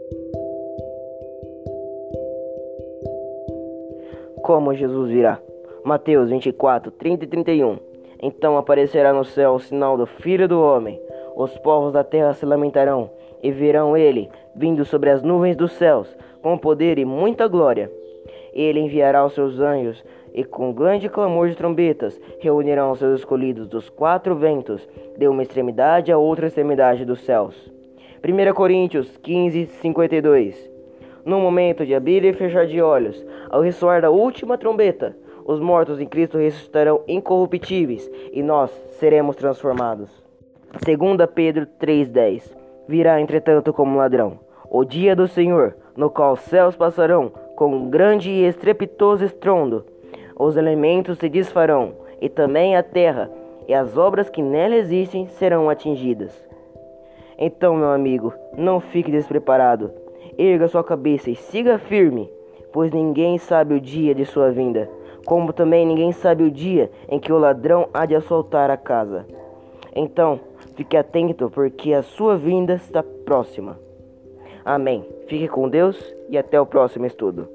Como Jesus virá. Mateus 24, 30 e 31. Então aparecerá no céu o sinal do Filho do Homem. Os povos da terra se lamentarão e verão ele vindo sobre as nuvens dos céus, com poder e muita glória. Ele enviará os seus anjos e com grande clamor de trombetas reunirão os seus escolhidos dos quatro ventos, de uma extremidade à outra extremidade dos céus. 1 Coríntios 15, 52. No momento de abrir e fechar de olhos, ao ressoar da última trombeta, os mortos em Cristo ressuscitarão incorruptíveis e nós seremos transformados. 2 Pedro 3,10. Virá entretanto como ladrão o dia do Senhor, no qual os céus passarão com um grande e estrepitoso estrondo. Os elementos se desfarão, e também a terra, e as obras que nela existem serão atingidas. Então, meu amigo, não fique despreparado. Erga sua cabeça e siga firme, pois ninguém sabe o dia de sua vinda, como também ninguém sabe o dia em que o ladrão há de assaltar a casa. Então, fique atento, porque a sua vinda está próxima. Amém. Fique com Deus e até o próximo estudo.